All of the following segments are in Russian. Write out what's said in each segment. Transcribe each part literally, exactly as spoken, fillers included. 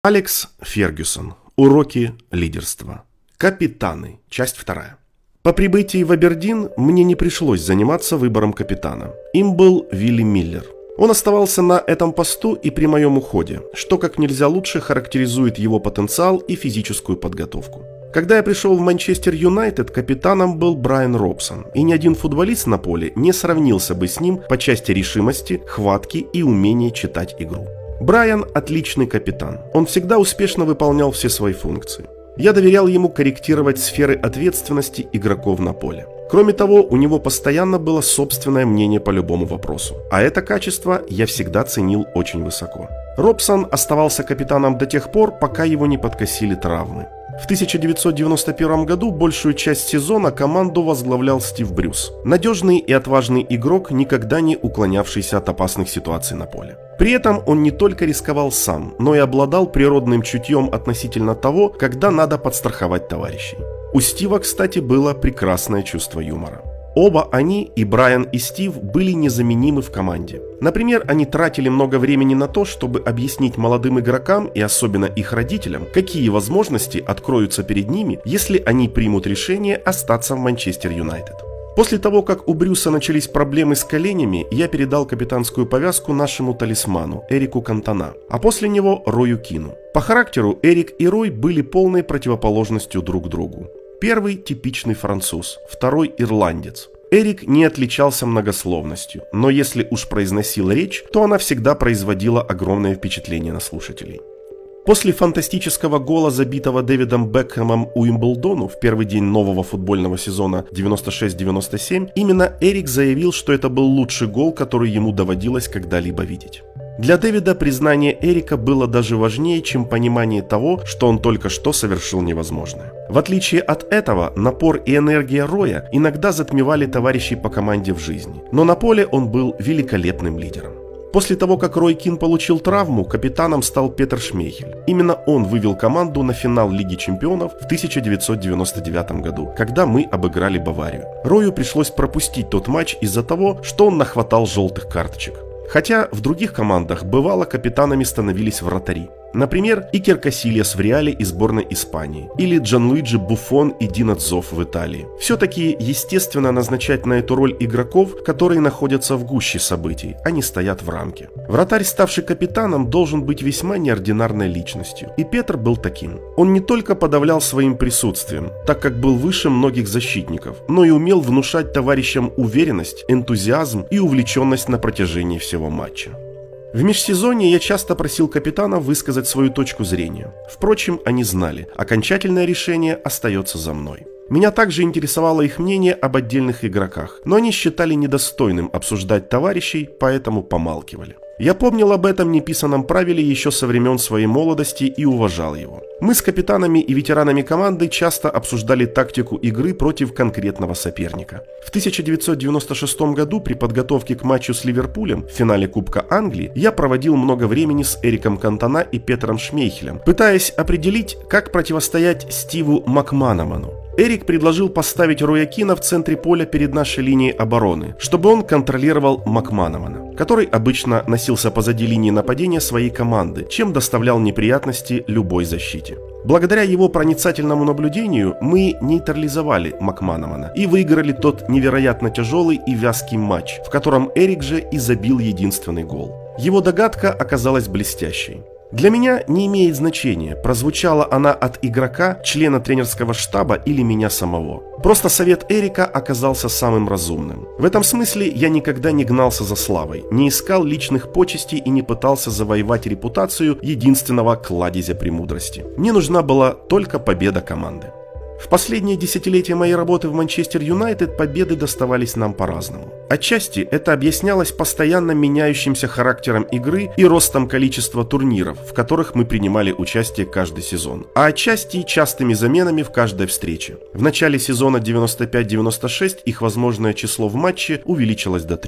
Алекс Фергюсон. Уроки лидерства. Капитаны. Часть вторая. По прибытии в Абердин мне не пришлось заниматься выбором капитана. Им был Вилли Миллер. Он оставался на этом посту и при моем уходе, что как нельзя лучше характеризует его потенциал и физическую подготовку. Когда я пришел в Манчестер Юнайтед, капитаном был Брайан Робсон, и ни один футболист на поле не сравнился бы с ним по части решимости, хватки и умения читать игру. Брайан – отличный капитан. Он всегда успешно выполнял все свои функции. Я доверял ему корректировать сферы ответственности игроков на поле. Кроме того, у него постоянно было собственное мнение по любому вопросу. А это качество я всегда ценил очень высоко. Робсон оставался капитаном до тех пор, пока его не подкосили травмы. В тысяча девятьсот девяносто первом году большую часть сезона команду возглавлял Стив Брюс. Надежный и отважный игрок, никогда не уклонявшийся от опасных ситуаций на поле. При этом он не только рисковал сам, но и обладал природным чутьем относительно того, когда надо подстраховать товарищей. У Стива, кстати, было прекрасное чувство юмора. Оба они, и Брайан, и Стив, были незаменимы в команде. Например, они тратили много времени на то, чтобы объяснить молодым игрокам и особенно их родителям, какие возможности откроются перед ними, если они примут решение остаться в Манчестер Юнайтед. После того, как у Брюса начались проблемы с коленями, я передал капитанскую повязку нашему талисману Эрику Кантона, а после него Рою Кину. По характеру Эрик и Рой были полной противоположностью друг другу. Первый – типичный француз, второй – ирландец. Эрик не отличался многословностью, но если уж произносил речь, то она всегда производила огромное впечатление на слушателей. После фантастического гола, забитого Дэвидом Бекхэмом Уимблдону в первый день нового футбольного сезона девяносто шесть девяносто семь, именно Эрик заявил, что это был лучший гол, который ему доводилось когда-либо видеть. Для Дэвида признание Эрика было даже важнее, чем понимание того, что он только что совершил невозможное. В отличие от этого, напор и энергия Роя иногда затмевали товарищей по команде в жизни, но на поле он был великолепным лидером. После того, как Рой Кин получил травму, капитаном стал Петер Шмейхель. Именно он вывел команду на финал Лиги Чемпионов в тысяча девятьсот девяносто девятом году, когда мы обыграли Баварию. Рою пришлось пропустить тот матч из-за того, что он нахватал желтых карточек. Хотя в других командах бывало капитанами становились вратари. Например, Икер Касильяс в Реале и сборной Испании, или Джанлуиджи Буффон и Дино Цзофф в Италии. Все-таки естественно назначать на эту роль игроков, которые находятся в гуще событий, а не стоят в рамке. Вратарь, ставший капитаном, должен быть весьма неординарной личностью. И Петр был таким. Он не только подавлял своим присутствием, так как был выше многих защитников, но и умел внушать товарищам уверенность, энтузиазм и увлеченность на протяжении всего матча. В межсезонье я часто просил капитана высказать свою точку зрения. Впрочем, они знали, окончательное решение остается за мной. Меня также интересовало их мнение об отдельных игроках, но они считали недостойным обсуждать товарищей, поэтому помалкивали. Я помнил об этом неписанном правиле еще со времен своей молодости и уважал его. Мы с капитанами и ветеранами команды часто обсуждали тактику игры против конкретного соперника. В тысяча девятьсот девяносто шестом году при подготовке к матчу с Ливерпулем в финале Кубка Англии я проводил много времени с Эриком Кантона и Петром Шмейхелем, пытаясь определить, как противостоять Стиву Макманаману. Эрик предложил поставить Роя Кина в центре поля перед нашей линией обороны, чтобы он контролировал Макманамана, который обычно носился позади линии нападения своей команды, чем доставлял неприятности любой защите. Благодаря его проницательному наблюдению мы нейтрализовали Макманамана и выиграли тот невероятно тяжелый и вязкий матч, в котором Эрик же и забил единственный гол. Его догадка оказалась блестящей. Для меня не имеет значения, прозвучала она от игрока, члена тренерского штаба или меня самого. Просто совет Эрика оказался самым разумным. В этом смысле я никогда не гнался за славой, не искал личных почестей и не пытался завоевать репутацию единственного кладезя премудрости. Мне нужна была только победа команды. В последние десятилетия моей работы в Манчестер Юнайтед победы доставались нам по-разному. Отчасти это объяснялось постоянно меняющимся характером игры и ростом количества турниров, в которых мы принимали участие каждый сезон, а отчасти частыми заменами в каждой встрече. В начале сезона девяносто пять девяносто шесть их возможное число в матче увеличилось до трех.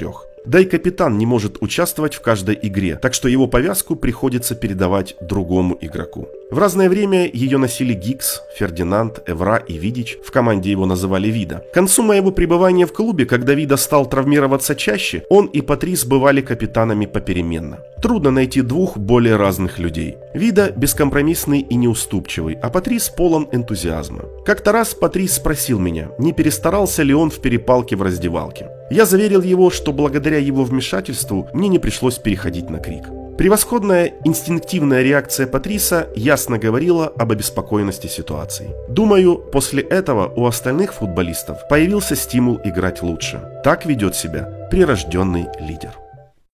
Да и капитан не может участвовать в каждой игре, так что его повязку приходится передавать другому игроку. В разное время ее носили Гиггс, Фердинанд, Эвра и Видич, в команде его называли Вида. К концу моего пребывания в клубе, когда Вида стал травмироваться чаще, он и Патрис бывали капитанами попеременно. Трудно найти двух более разных людей. Вида бескомпромиссный и неуступчивый, а Патрис полон энтузиазма. Как-то раз Патрис спросил меня, не перестарался ли он в перепалке в раздевалке. Я заверил его, что благодаря его вмешательству мне не пришлось переходить на крик. Превосходная инстинктивная реакция Патриса ясно говорила об обеспокоенности ситуации. Думаю, после этого у остальных футболистов появился стимул играть лучше. Так ведет себя прирожденный лидер.